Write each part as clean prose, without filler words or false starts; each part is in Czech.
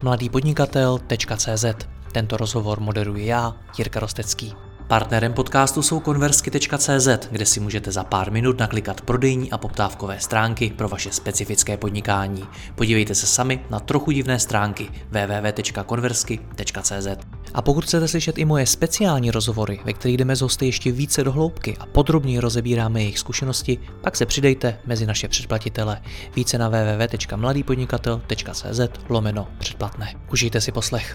mladýpodnikatel.cz. Tento rozhovor moderuji já, Jirka Rostecký. Partnerem podcastu jsou konversky.cz, kde si můžete za pár minut naklikat prodejní a poptávkové stránky pro vaše specifické podnikání. Podívejte se sami na trochu divné stránky www.konversky.cz. A pokud chcete slyšet i moje speciální rozhovory, ve kterých jdeme z hosty ještě více do hloubky a podrobněji rozebíráme jejich zkušenosti, pak se přidejte mezi naše předplatitele. Více na www.mladýpodnikatel.cz/předplatné. Užijte si poslech.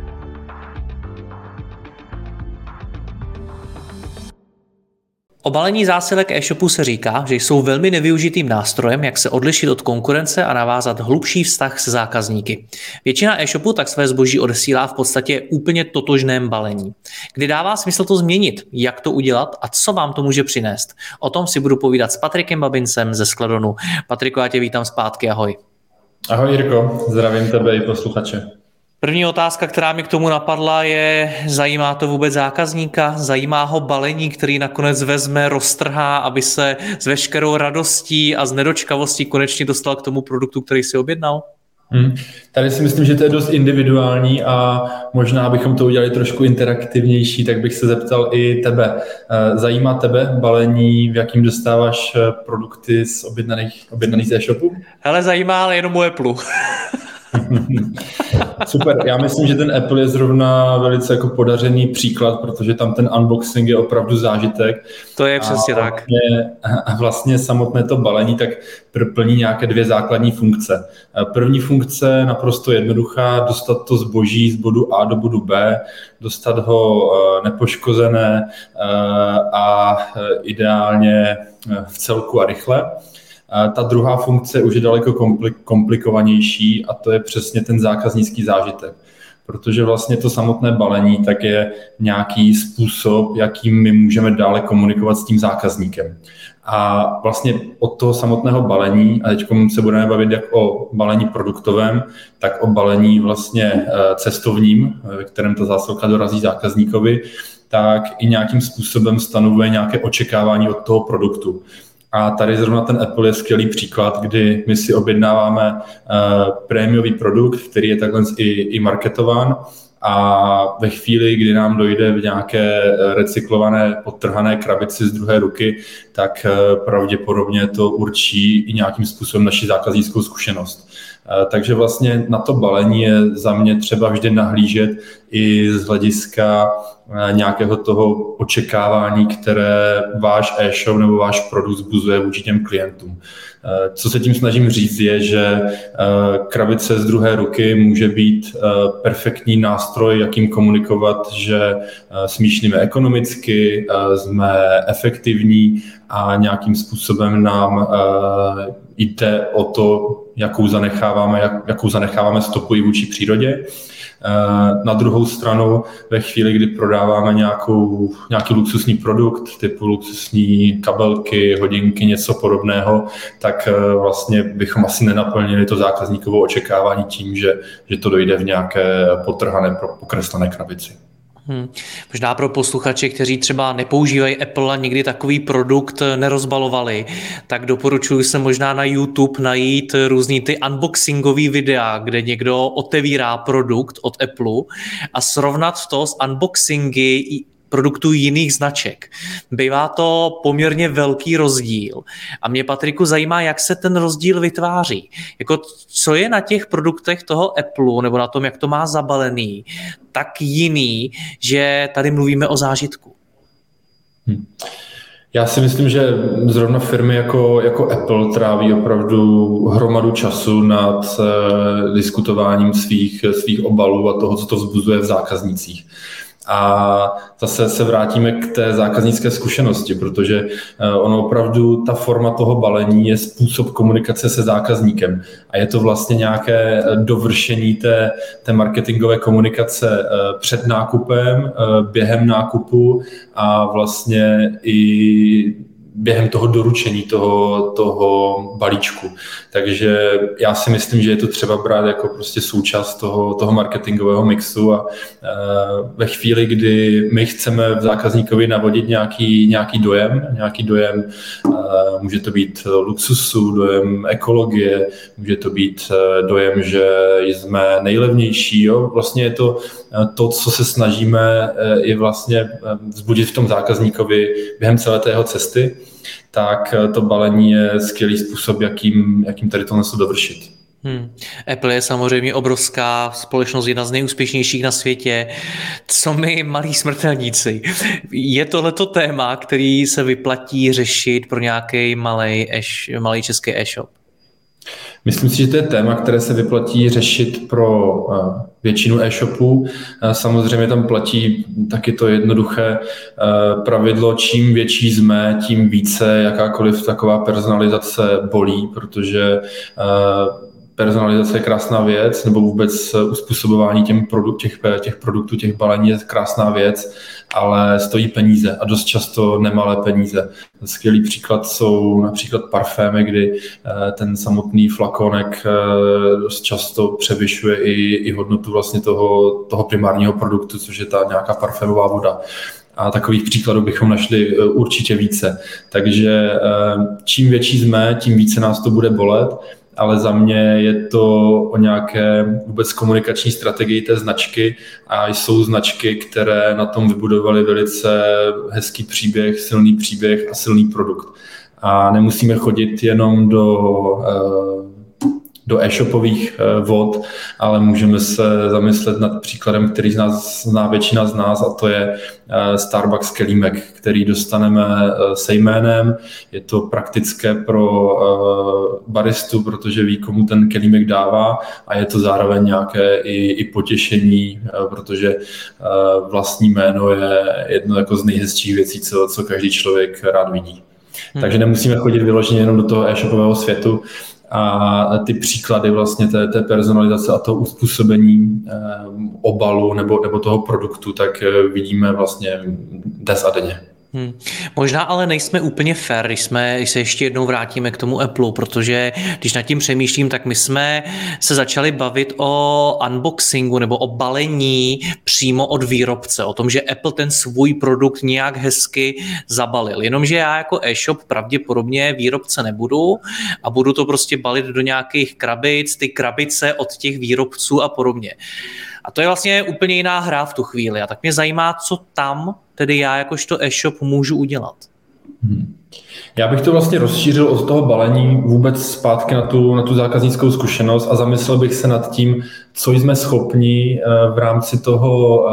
O balení zásilek e-shopu se říká, že jsou velmi nevyužitým nástrojem, jak se odlišit od konkurence a navázat hlubší vztah se zákazníky. Většina e-shopů tak své zboží odesílá v podstatě úplně totožném balení. Kdy dává smysl to změnit, jak to udělat a co vám to může přinést? O tom si budu povídat s Patrikem Babincem ze Skladonu. Patriku, já tě vítám zpátky, ahoj. Ahoj Jirko, zdravím tebe i posluchače. První otázka, která mi k tomu napadla, je, zajímá to vůbec zákazníka? Zajímá ho balení, který nakonec vezme, roztrhá, aby se s veškerou radostí a s nedočkavostí konečně dostal k tomu produktu, který si objednal? Tady si myslím, že to je dost individuální a možná bychom to udělali trošku interaktivnější, tak bych se zeptal i tebe. Zajímá tebe balení, v jakým dostáváš produkty z objednaných z e-shopu? Hele, zajímá, ale jenom moje Apple. Super, já myslím, že ten Apple je zrovna velice jako podařený příklad, protože tam ten unboxing je opravdu zážitek. To je přesně tak. A vlastně samotné to balení tak plní nějaké dvě základní funkce. První funkce naprosto jednoduchá, dostat to zboží z bodu A do bodu B, dostat ho nepoškozené a ideálně v celku a rychle. Ta druhá funkce už je daleko komplikovanější a to je přesně ten zákaznický zážitek. Protože vlastně to samotné balení tak je nějaký způsob, jakým my můžeme dále komunikovat s tím zákazníkem. A vlastně od toho samotného balení, a teď se budeme bavit jak o balení produktovém, tak o balení vlastně cestovním, ve kterém ta zásilka dorazí zákazníkovi, tak i nějakým způsobem stanovuje nějaké očekávání od toho produktu. A tady zrovna ten Apple je skvělý příklad, kdy my si objednáváme prémiový produkt, který je takhle i marketován a ve chvíli, kdy nám dojde v nějaké recyklované, podtrhané krabici z druhé ruky, tak pravděpodobně to určí i nějakým způsobem naši zákaznickou zkušenost. Takže vlastně na to balení je za mě třeba vždy nahlížet i z hlediska nějakého toho očekávání, které váš e-shop nebo váš produkt vzbuzuje vůči těm klientům. Co se tím snažím říct je, že krabice z druhé ruky může být perfektní nástroj, jakým komunikovat, že smýšlíme ekonomicky, jsme efektivní a nějakým způsobem nám jde o to, jakou zanecháváme stopu i vůči přírodě. Na druhou stranu, ve chvíli, kdy prodáváme nějaký luxusní produkt, typu luxusní kabelky, hodinky, něco podobného, tak vlastně bychom asi nenaplnili to zákazníkovo očekávání tím, že to dojde v nějaké potrhané, pokreslené krabici. Možná pro posluchače, kteří třeba nepoužívají Apple a nikdy takový produkt nerozbalovali, tak doporučuji se možná na YouTube najít různý ty unboxingový videa, kde někdo otevírá produkt od Apple a srovnat to s unboxingy produktů jiných značek. Bývá to poměrně velký rozdíl. A mě, Patriku, zajímá, jak se ten rozdíl vytváří. Jako, co je na těch produktech toho Apple, nebo na tom, jak to má zabalený, tak jiný, že tady mluvíme o zážitku. Já si myslím, že zrovna firmy jako Apple tráví opravdu hromadu času nad diskutováním svých obalů a toho, co to vzbuzuje v zákaznících. A zase se vrátíme k té zákaznické zkušenosti, protože ono opravdu ta forma toho balení je způsob komunikace se zákazníkem a je to vlastně nějaké dovršení té marketingové komunikace před nákupem, během nákupu a vlastně i během toho doručení toho balíčku. Takže já si myslím, že je to třeba brát jako prostě součást toho marketingového mixu a ve chvíli, kdy my chceme v zákazníkovi navodit nějaký dojem, může to být luxusu, dojem ekologie, může to být dojem, že jsme nejlevnější. Jo? Vlastně je to, co se snažíme i vlastně vzbudit v tom zákazníkovi během celé té jeho cesty, tak to balení je skvělý způsob, jakým tady to něco dovršit. Apple je samozřejmě obrovská společnost, jedna z nejúspěšnějších na světě. Co my, malí smrtelníci? Je tohleto téma, který se vyplatí řešit pro nějaký malý český e-shop? Myslím si, že to je téma, které se vyplatí řešit pro většinu e-shopů. Samozřejmě tam platí taky to jednoduché pravidlo, čím větší jsme, tím více jakákoliv taková personalizace bolí, protože personalizace je krásná věc, nebo vůbec uspůsobování těch produktů, těch balení je krásná věc, ale stojí peníze a dost často nemalé peníze. Skvělý příklad jsou například parfémy, kdy ten samotný flakonek dost často převyšuje i hodnotu vlastně toho primárního produktu, což je ta nějaká parfémová voda. A takových příkladů bychom našli určitě více. Takže čím větší jsme, tím více nás to bude bolet, ale za mě je to o nějaké vůbec komunikační strategii té značky a jsou značky, které na tom vybudovaly velice hezký příběh, silný příběh a silný produkt. A nemusíme chodit jenom do e-shopových vod, ale můžeme se zamyslet nad příkladem, který zná většina z nás, a to je Starbucks kelímek, který dostaneme se jménem. Je to praktické pro baristu, protože ví, komu ten kelímek dává, a je to zároveň nějaké i potěšení, protože vlastní jméno je jedno jako z nejhezčích věcí, co každý člověk rád vidí. Takže nemusíme chodit vyloženě jenom do toho e-shopového světu, a ty příklady vlastně té personalizace a toho uspůsobení obalu nebo toho produktu, tak vidíme vlastně dnes a denně. Možná ale nejsme úplně fair, když se ještě jednou vrátíme k tomu Apple, protože když nad tím přemýšlím, tak my jsme se začali bavit o unboxingu nebo o balení přímo od výrobce, o tom, že Apple ten svůj produkt nějak hezky zabalil. Jenomže já jako e-shop pravděpodobně výrobce nebudu a budu to prostě balit do nějakých krabic, ty krabice od těch výrobců a podobně. A to je vlastně úplně jiná hra v tu chvíli. A tak mě zajímá, co tam tedy já jakožto e-shop můžu udělat. Já bych to vlastně rozšířil od toho balení vůbec zpátky na tu zákaznickou zkušenost a zamyslel bych se nad tím, co jsme schopni v rámci toho,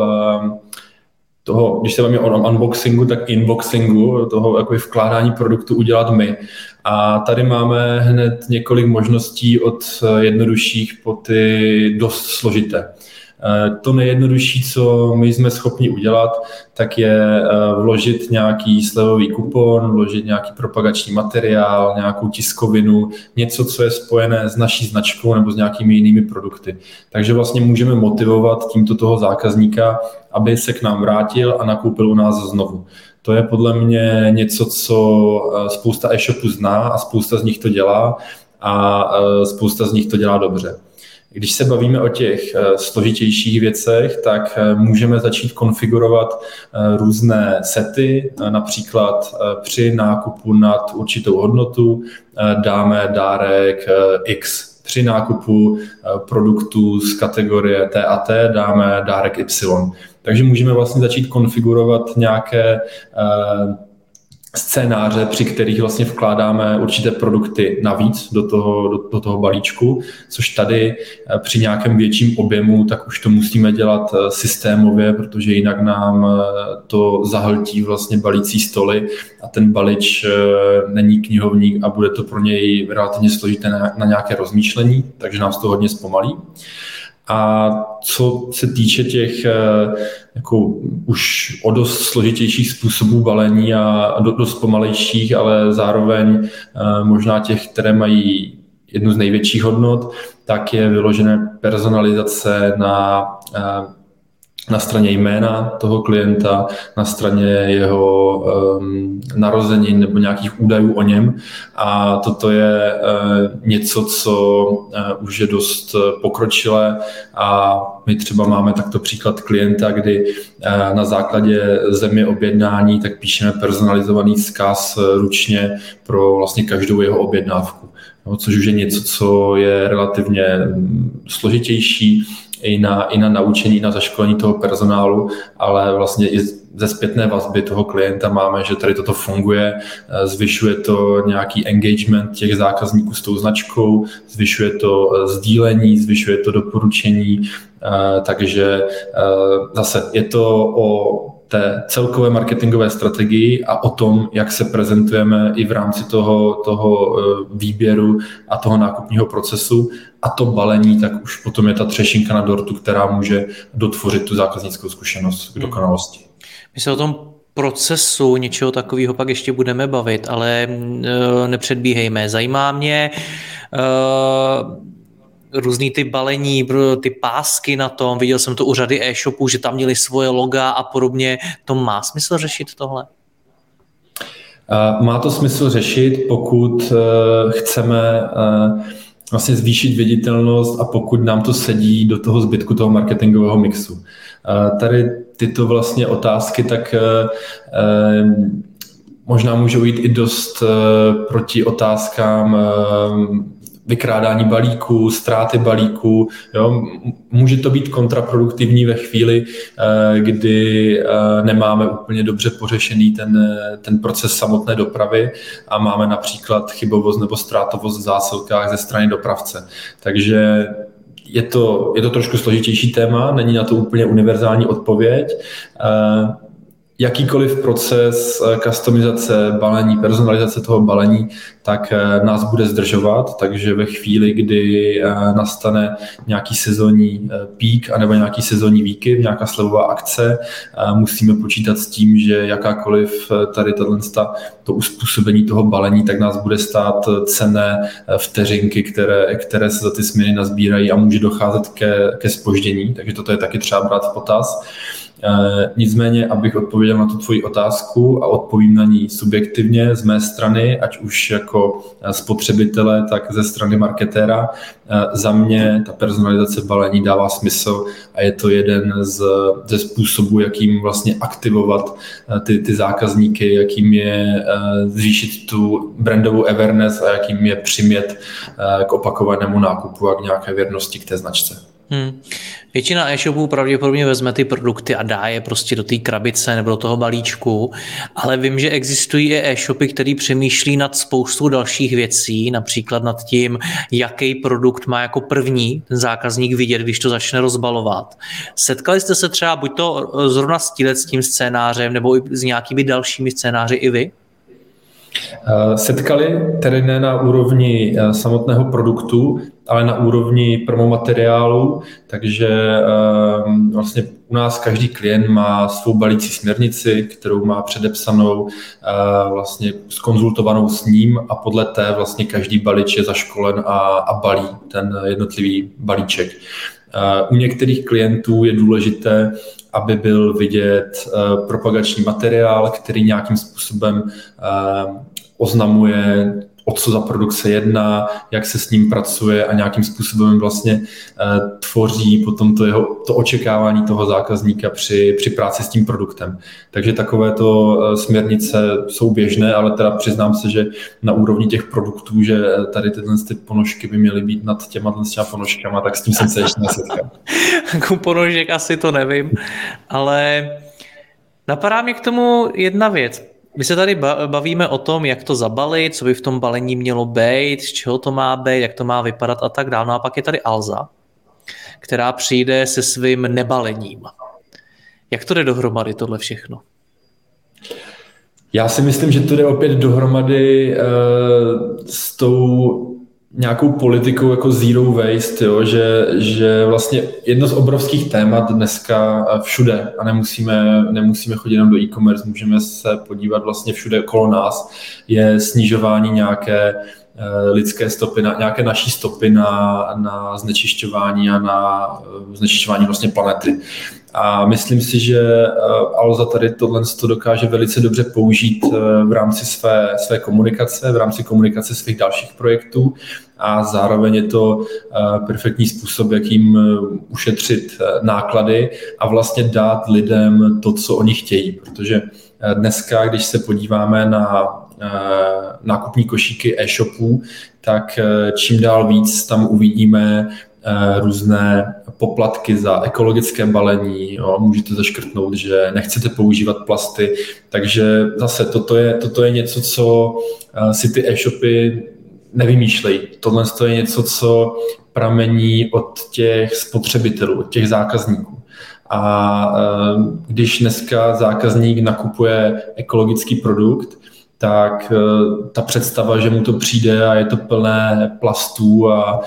když se bavíme o unboxingu, tak inboxingu, toho jako vkládání produktu udělat my. A tady máme hned několik možností od jednodušších po ty dost složité. To nejjednodušší, co my jsme schopni udělat, tak je vložit nějaký slevový kupon, vložit nějaký propagační materiál, nějakou tiskovinu, něco, co je spojené s naší značkou nebo s nějakými jinými produkty. Takže vlastně můžeme motivovat tímto toho zákazníka, aby se k nám vrátil a nakoupil u nás znovu. To je podle mě něco, co spousta e-shopů zná a spousta z nich to dělá a spousta z nich to dělá dobře. Když se bavíme o těch složitějších věcech, tak můžeme začít konfigurovat různé sety, například při nákupu nad určitou hodnotu dáme dárek X. Při nákupu produktů z kategorie T a T dáme dárek Y. Takže můžeme vlastně začít konfigurovat nějaké scénáře, při kterých vlastně vkládáme určité produkty navíc do toho balíčku, což tady při nějakém větším objemu, tak už to musíme dělat systémově, protože jinak nám to zahltí vlastně balící stoly a ten balíč není knihovník a bude to pro něj relativně složité na nějaké rozmýšlení, takže nás to hodně zpomalí. A co se týče těch jako už o dost složitějších způsobů balení a dost pomalejších, ale zároveň možná těch, které mají jednu z největších hodnot, tak je vyložené personalizace na na straně jména toho klienta, na straně jeho narozenin nebo nějakých údajů o něm. A toto je něco, co už je dost pokročilé a my třeba máme takto příklad klienta, kdy na základě země objednání tak píšeme personalizovaný vzkaz ručně pro vlastně každou jeho objednávku. No, což už je něco, co je relativně složitější i na naučení, na zaškolení toho personálu, ale vlastně i ze zpětné vazby toho klienta máme, že tady toto funguje, zvyšuje to nějaký engagement těch zákazníků s tou značkou, zvyšuje to sdílení, zvyšuje to doporučení, takže zase je to o té celkové marketingové strategii a o tom, jak se prezentujeme i v rámci toho výběru a toho nákupního procesu. A to balení, tak už potom je ta třešinka na dortu, která může dotvořit tu zákaznickou zkušenost k dokonalosti. My se o tom procesu něčeho takového pak ještě budeme bavit, ale nepředbíhejme. Zajímá mě různý ty balení, ty pásky na tom, viděl jsem to u řady e-shopů, že tam měli svoje loga a podobně. To má smysl řešit tohle? Má to smysl řešit, pokud chceme vlastně zvýšit viditelnost a pokud nám to sedí do toho zbytku toho marketingového mixu. Tady tyto vlastně otázky tak možná můžou jít i dost proti otázkám vykrádání balíků, ztráty balíků. Jo. Může to být kontraproduktivní ve chvíli, kdy nemáme úplně dobře pořešený ten proces samotné dopravy a máme například chybovost nebo ztrátovost v zásilkách ze strany dopravce. Takže je to trošku složitější téma, není na to úplně univerzální odpověď. Jakýkoliv proces customizace balení, personalizace toho balení, tak nás bude zdržovat, takže ve chvíli, kdy nastane nějaký sezónní pík anebo nějaký sezónní výkyv, nějaká slevová akce, musíme počítat s tím, že jakákoliv tady to uspůsobení toho balení, tak nás bude stát cenné vteřinky, které se za ty směny nazbírají a může docházet ke zpoždění, takže toto je taky třeba brát v potaz. Nicméně, abych odpověděl na tu tvoji otázku a odpovím na ní subjektivně z mé strany, ať už jako spotřebitele, tak ze strany marketéra, za mě ta personalizace balení dává smysl a je to jeden ze způsobů, jakým vlastně aktivovat ty zákazníky, jakým je zvýšit tu brandovou awareness a jakým je přimět k opakovanému nákupu a k nějaké věrnosti k té značce. Většina e-shopů pravděpodobně vezme ty produkty a dá je prostě do té krabice nebo do toho balíčku, ale vím, že existují i e-shopy, které přemýšlí nad spoustou dalších věcí, například nad tím, jaký produkt má jako první ten zákazník vidět, když to začne rozbalovat. Setkali jste se třeba buď to zrovna s tím scénářem nebo i s nějakými dalšími scénáři i vy? Setkali, tedy ne na úrovni samotného produktu, ale na úrovni promomateriálu, takže vlastně u nás každý klient má svou balící směrnici, kterou má předepsanou, vlastně zkonzultovanou s ním a podle té vlastně každý balíč je zaškolen a balí ten jednotlivý balíček. U některých klientů je důležité, aby byl vidět propagační materiál, který nějakým způsobem oznamuje, o co za produkt se jedná, jak se s ním pracuje a nějakým způsobem vlastně tvoří potom to očekávání toho zákazníka při práci s tím produktem. Takže takovéto směrnice jsou běžné, ale teda přiznám se, že na úrovni těch produktů, že tady ty ponožky by měly být nad těma ponožkama, tak s tím jsem se ještě nesetkal. Jako ponožek asi to nevím, ale napadá mě k tomu jedna věc. My se tady bavíme o tom, jak to zabalit, co by v tom balení mělo být, z čeho to má být, jak to má vypadat a tak dále. No a pak je tady Alza, která přijde se svým nebalením. Jak to jde dohromady tohle všechno? Já si myslím, že to jde opět dohromady s tou nějakou politikou jako zero waste, jo? Že vlastně jedno z obrovských témat dneska všude a nemusíme chodit jenom do e-commerce, můžeme se podívat vlastně všude okolo nás, je snižování nějaké lidské stopy, nějaké naší stopy na znečišťování a na znečišťování vlastně planety. A myslím si, že Alza tady tohle dokáže velice dobře použít v rámci své komunikace, v rámci komunikace svých dalších projektů a zároveň je to perfektní způsob, jakým ušetřit náklady a vlastně dát lidem to, co oni chtějí, protože dneska, když se podíváme na nákupní košíky e-shopů, tak čím dál víc tam uvidíme různé poplatky za ekologické balení, jo, můžete zaškrtnout, že nechcete používat plasty, takže zase toto je něco, co si ty e-shopy nevymýšlejí. Tohle je něco, co pramení od těch spotřebitelů, od těch zákazníků. A když dneska zákazník nakupuje ekologický produkt, tak ta představa, že mu to přijde a je to plné plastů a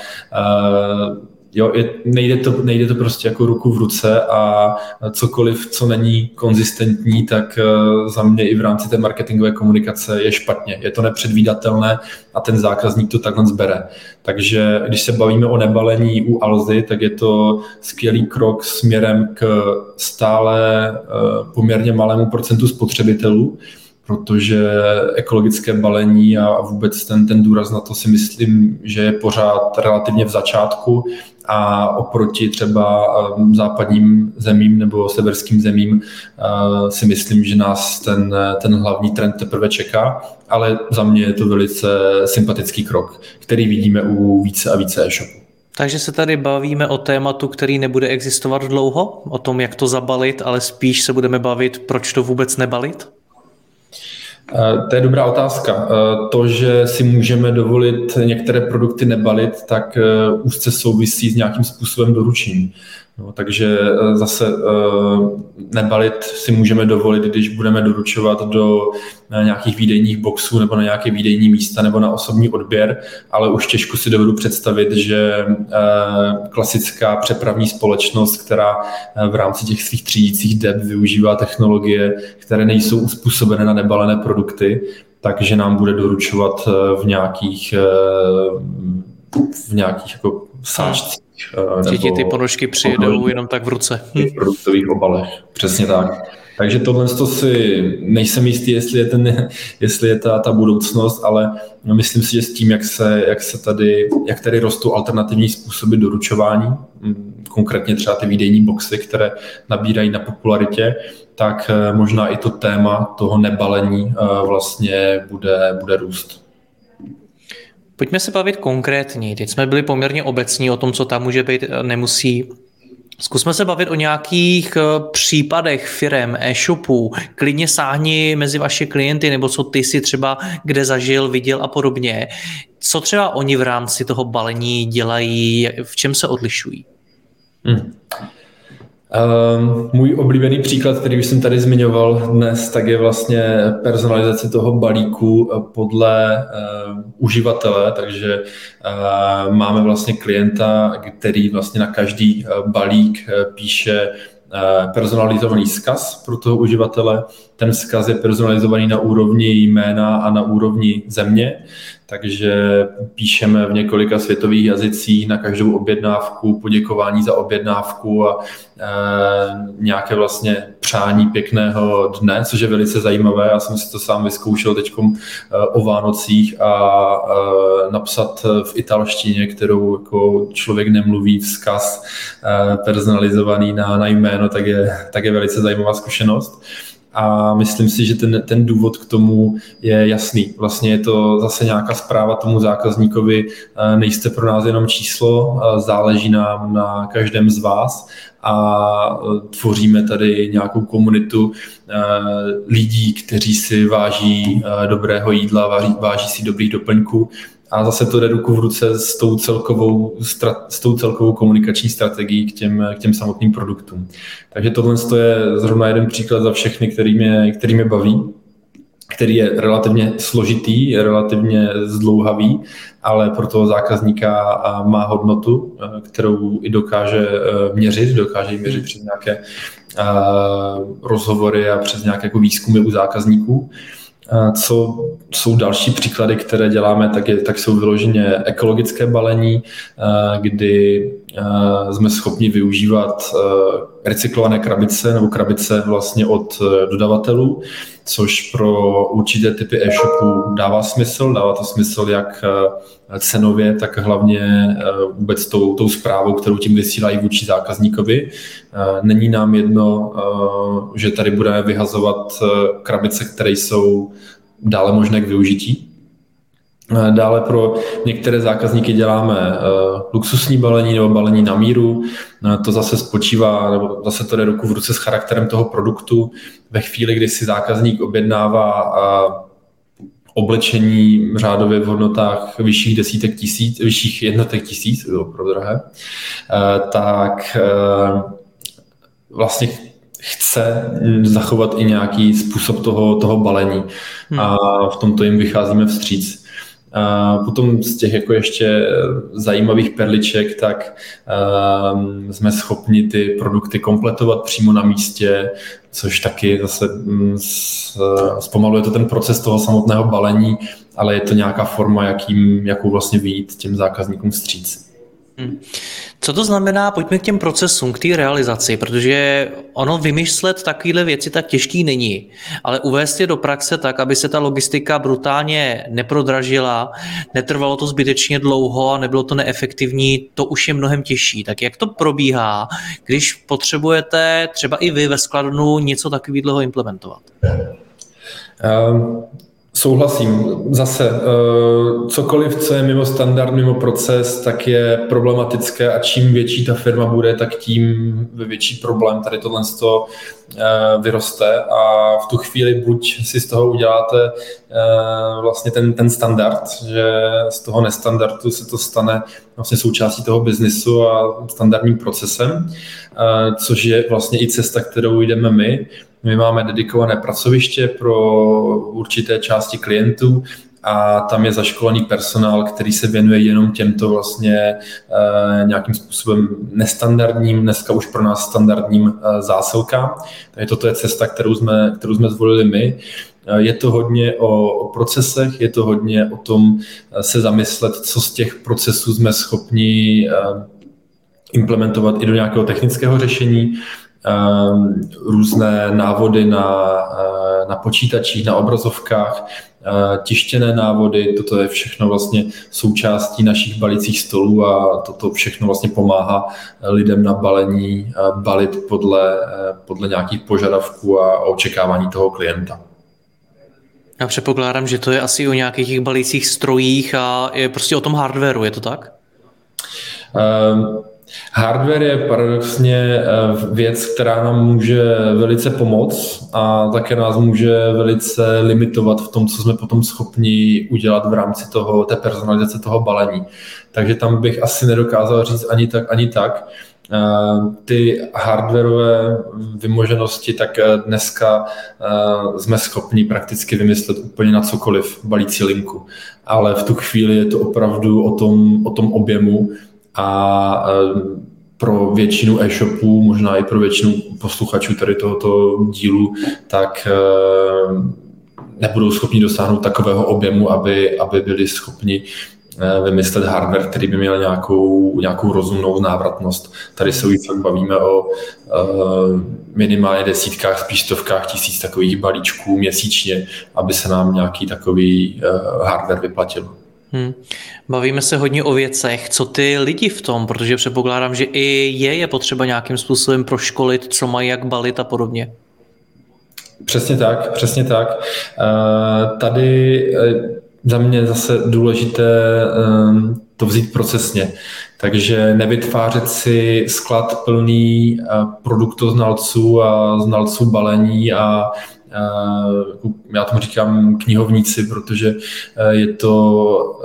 jo, nejde to prostě jako ruku v ruce a cokoliv, co není konzistentní, tak za mě i v rámci té marketingové komunikace je špatně. Je to nepředvídatelné a ten zákazník to takhle zbere. Takže když se bavíme o nebalení u Alzy, tak je to skvělý krok směrem k stále poměrně malému procentu spotřebitelů, protože ekologické balení a vůbec ten důraz na to si myslím, že je pořád relativně v začátku a oproti třeba západním zemím nebo severským zemím si myslím, že nás ten hlavní trend teprve čeká, ale za mě je to velice sympatický krok, který vidíme u více a více e-shopů. Takže se tady bavíme o tématu, který nebude existovat dlouho, o tom, jak to zabalit, ale spíš se budeme bavit, proč to vůbec nebalit? To je dobrá otázka. To, že si můžeme dovolit některé produkty nebalit, tak úzce souvisí s nějakým způsobem doručení. No, takže zase nebalit si můžeme dovolit, když budeme doručovat do nějakých výdejních boxů nebo na nějaké výdejní místa nebo na osobní odběr, ale už těžko si dovedu představit, že klasická přepravní společnost, která v rámci těch svých třídících deb využívá technologie, které nejsou uspůsobené na nebalené produkty, takže nám bude doručovat v nějakých jako sáčcích. Ti ty ponožky přijedou jenom tak v ruce. V produktových obalech, přesně tak. Takže tohle si nejsem jistý, jestli je ta budoucnost, ale myslím si, že s tím, jak tady rostou alternativní způsoby doručování, konkrétně třeba ty výdejní boxy, které nabírají na popularitě, tak možná i to téma toho nebalení vlastně bude růst. Pojďme se bavit konkrétně. Teď jsme byli poměrně obecní o tom, co tam může být, nemusí. Zkusme se bavit o nějakých případech firem, e-shopů. Klidně sáhni mezi vaše klienty, nebo co ty si třeba kde zažil, viděl a podobně. Co třeba oni v rámci toho balení dělají, v čem se odlišují? Můj oblíbený příklad, který už jsem tady zmiňoval dnes, tak je vlastně personalizace toho balíku podle uživatele, takže máme vlastně klienta, který vlastně na každý balík píše personalizovaný vzkaz pro toho uživatele. Ten vzkaz je personalizovaný na úrovni jména a na úrovni země, takže píšeme v několika světových jazycích na každou objednávku, poděkování za objednávku a nějaké vlastně přání pěkného dne, což je velice zajímavé. Já jsem si to sám vyzkoušel teďkom o Vánocích a napsat v italštině, kterou jako člověk nemluví, vzkaz personalizovaný na jméno, tak je velice zajímavá zkušenost. A myslím si, že ten důvod k tomu je jasný. Vlastně je to zase nějaká zpráva tomu zákazníkovi, nejste pro nás jenom číslo, záleží nám na každém z vás a tvoříme tady nějakou komunitu lidí, kteří si váží dobrého jídla, váží si dobrých doplňků. A zase to jde ruku v ruce s tou celkovou komunikační strategií k těm samotným produktům. Takže tohle je zrovna jeden příklad za všechny, který mě baví, který je relativně složitý, je relativně zdlouhavý, ale pro toho zákazníka má hodnotu, kterou i dokáže měřit přes nějaké rozhovory a přes nějaké jako výzkumy u zákazníků. Co jsou další příklady, které děláme, tak jsou vyloženě ekologické balení, kdy jsme schopni využívat recyklované krabice nebo krabice vlastně od dodavatelů, což pro určité typy e-shopů dává smysl. Dává to smysl jak cenově, tak hlavně vůbec tou zprávou, kterou tím vysílají vůči zákazníkovi. Není nám jedno, že tady budeme vyhazovat krabice, které jsou dále možné k využití. Dále pro některé zákazníky děláme luxusní balení nebo balení na míru. To zase spočívá, nebo zase to jde ruku v ruce s charakterem toho produktu. Ve chvíli, kdy si zákazník objednává oblečení řádově v hodnotách vyšších desítek tisíc, vyšších jednotek tisíc, opravdu drahé, tak vlastně chce zachovat i nějaký způsob toho balení. A v tomto jim vycházíme vstříc. A potom z těch jako ještě zajímavých perliček, tak jsme schopni ty produkty kompletovat přímo na místě, což taky zase zpomaluje to ten proces toho samotného balení, ale je to nějaká forma, jakou vlastně vyjít těm zákazníkům vstříc. Co to znamená, pojďme k těm procesům, k té realizaci, protože ono vymyslet takovéhle věci tak těžký není, ale uvést je do praxe tak, aby se ta logistika brutálně neprodražila, netrvalo to zbytečně dlouho a nebylo to neefektivní, to už je mnohem těžší. Tak jak to probíhá, když potřebujete třeba i vy ve skladnu něco takového implementovat? Souhlasím. Zase, cokoliv, co je mimo standard, mimo proces, tak je problematické a čím větší ta firma bude, tak tím větší problém tady tohle vyroste a v tu chvíli buď si z toho uděláte vlastně ten standard, že z toho nestandardu se to stane vlastně součástí toho biznisu a standardním procesem, což je vlastně i cesta, kterou jdeme my. My máme dedikované pracoviště pro určité části klientů a tam je zaškolený personál, který se věnuje jenom těmto vlastně nějakým způsobem nestandardním, dneska už pro nás standardním zásilkám. Takže toto je cesta, kterou jsme zvolili my. Je to hodně o procesech, je to hodně o tom se zamyslet, co z těch procesů jsme schopni implementovat i do nějakého technického řešení, různé návody na počítačích, na obrazovkách, tištěné návody, toto je všechno vlastně součástí našich balicích stolů a toto všechno vlastně pomáhá lidem na balení balit podle nějakých požadavků a očekávání toho klienta. Já předpokládám, že to je asi o nějakých těch balicích strojích a je prostě o tom hardwareu, je to tak? Hardware je paradoxně věc, která nám může velice pomoct a také nás může velice limitovat v tom, co jsme potom schopni udělat v rámci té personalizace toho balení. Takže tam bych asi nedokázal říct ani tak. Ty hardwareové vymoženosti, tak dneska jsme schopni prakticky vymyslet úplně na cokoliv balící linku. Ale v tu chvíli je to opravdu o tom objemu, a pro většinu e-shopů, možná i pro většinu posluchačů tady tohoto dílu, tak nebudou schopni dosáhnout takového objemu, aby byli schopni vymyslet hardware, který by měl nějakou rozumnou návratnost. Tady se už fakt bavíme o minimálně desítkách, spíš stovkách tisíc takových balíčků měsíčně, aby se nám nějaký takový hardware vyplatil. Bavíme se hodně o věcech, co ty lidi v tom, protože předpokládám, že i je potřeba nějakým způsobem proškolit, co mají jak balit a podobně. Přesně tak. Tady za mě zase důležité to vzít procesně. Takže nevytvářet si sklad plný produktoznalců a znalců balení a já tomu říkám knihovníci, protože je to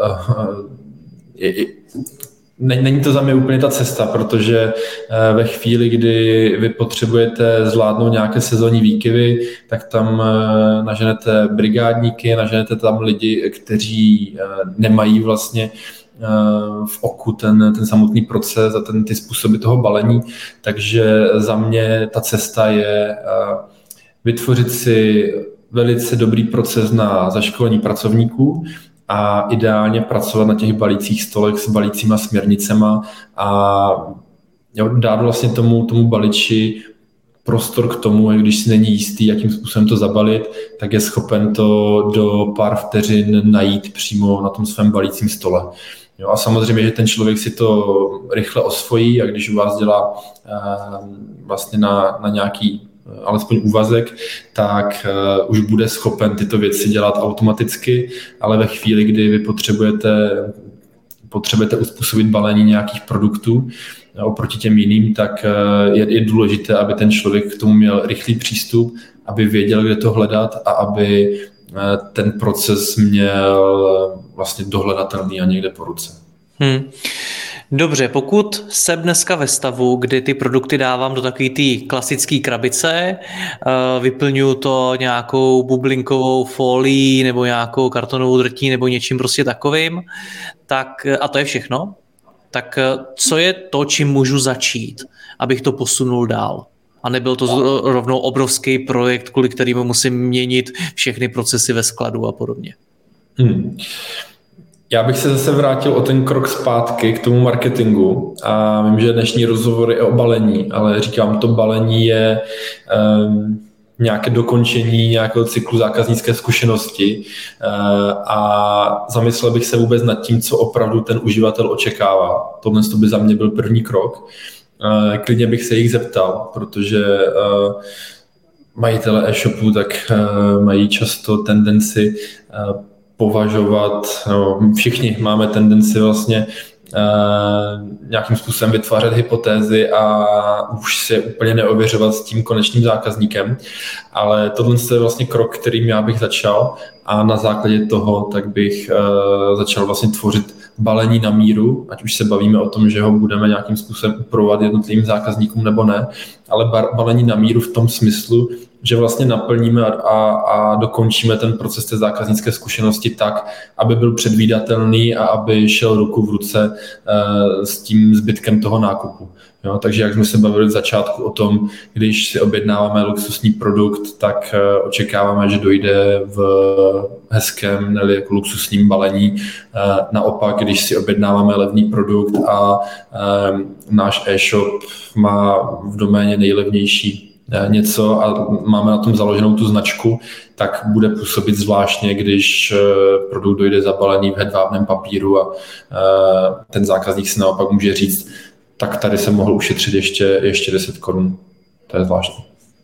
není to za mě úplně ta cesta, protože ve chvíli, kdy vy potřebujete zvládnout nějaké sezónní výkyvy, tak tam naženete brigádníky, naženete tam lidi, kteří nemají vlastně v oku ten samotný proces a ty způsoby toho balení. Takže za mě ta cesta je vytvořit si velice dobrý proces na zaškolení pracovníků a ideálně pracovat na těch balících stolech s balícíma směrnicema a dát vlastně tomu baliči prostor k tomu, když si není jistý, jakým způsobem to zabalit, tak je schopen to do pár vteřin najít přímo na tom svém balícím stole. Jo, a samozřejmě, že ten člověk si to rychle osvojí a když u vás dělá vlastně na nějaký alespoň úvazek, tak už bude schopen tyto věci dělat automaticky, ale ve chvíli, kdy vy potřebujete uspůsobit balení nějakých produktů oproti těm jiným, tak je důležité, aby ten člověk k tomu měl rychlý přístup, aby věděl, kde to hledat a aby ten proces měl vlastně dohledatelný a někde po ruce. Dobře, pokud jsem dneska ve stavu, kdy ty produkty dávám do takové té klasické krabice, vyplňuju to nějakou bublinkovou folií nebo nějakou kartonovou drtí nebo něčím prostě takovým, tak, a to je všechno, tak co je to, čím můžu začít, abych to posunul dál? A nebyl to rovnou obrovský projekt, kvůli kterému musím měnit všechny procesy ve skladu a podobně. Já bych se zase vrátil o ten krok zpátky k tomu marketingu a vím, že dnešní rozhovor je o balení, ale říkám, to balení je nějaké dokončení nějakého cyklu zákaznické zkušenosti a zamyslel bych se vůbec nad tím, co opravdu ten uživatel očekává. Tohle by za mě byl první krok. Klidně bych se jich zeptal, protože majitele e-shopu tak mají často tendenci považovat, všichni máme tendenci vlastně nějakým způsobem vytvářet hypotézy a už se úplně neověřovat s tím konečným zákazníkem, ale tohle je vlastně krok, kterým já bych začal a na základě toho tak bych začal vlastně tvořit balení na míru, ať už se bavíme o tom, že ho budeme nějakým způsobem upravovat jednotlivým zákazníkům nebo ne, ale balení na míru v tom smyslu, že vlastně naplníme a dokončíme ten proces té zákaznické zkušenosti tak, aby byl předvídatelný a aby šel ruku v ruce s tím zbytkem toho nákupu. Jo, takže jak jsme se bavili v začátku o tom, když si objednáváme luxusní produkt, tak očekáváme, že dojde v hezkém, nebo jako luxusním balení. Naopak, když si objednáváme levný produkt a náš e-shop má v doméně nejlevnější něco a máme na tom založenou tu značku, tak bude působit zvláštně, když produkt dojde zabalený v hedvábném papíru a ten zákazník si naopak může říct, tak tady jsem mohl ušetřit ještě 10 korun. To je zvláštní.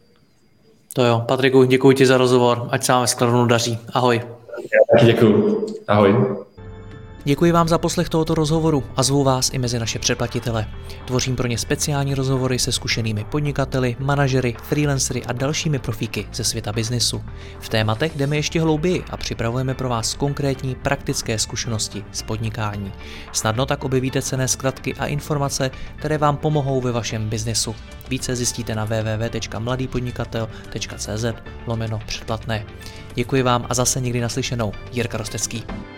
To jo, Patriku, děkuji ti za rozhovor, ať se vám ve Skladovnu daří. Ahoj. Děkuji. Ahoj. Děkuji vám za poslech tohoto rozhovoru a zvu vás i mezi naše předplatitele. Tvořím pro ně speciální rozhovory se zkušenými podnikateli, manažery, freelancery a dalšími profíky ze světa biznisu. V tématech jdeme ještě hlouběji a připravujeme pro vás konkrétní praktické zkušenosti z podnikání. Snadno tak objevíte cenné zkratky a informace, které vám pomohou ve vašem biznesu. Více zjistíte na www.mladýpodnikatel.cz/předplatné. Děkuji vám a zase někdy naslyšenou. Jirka Rostecký.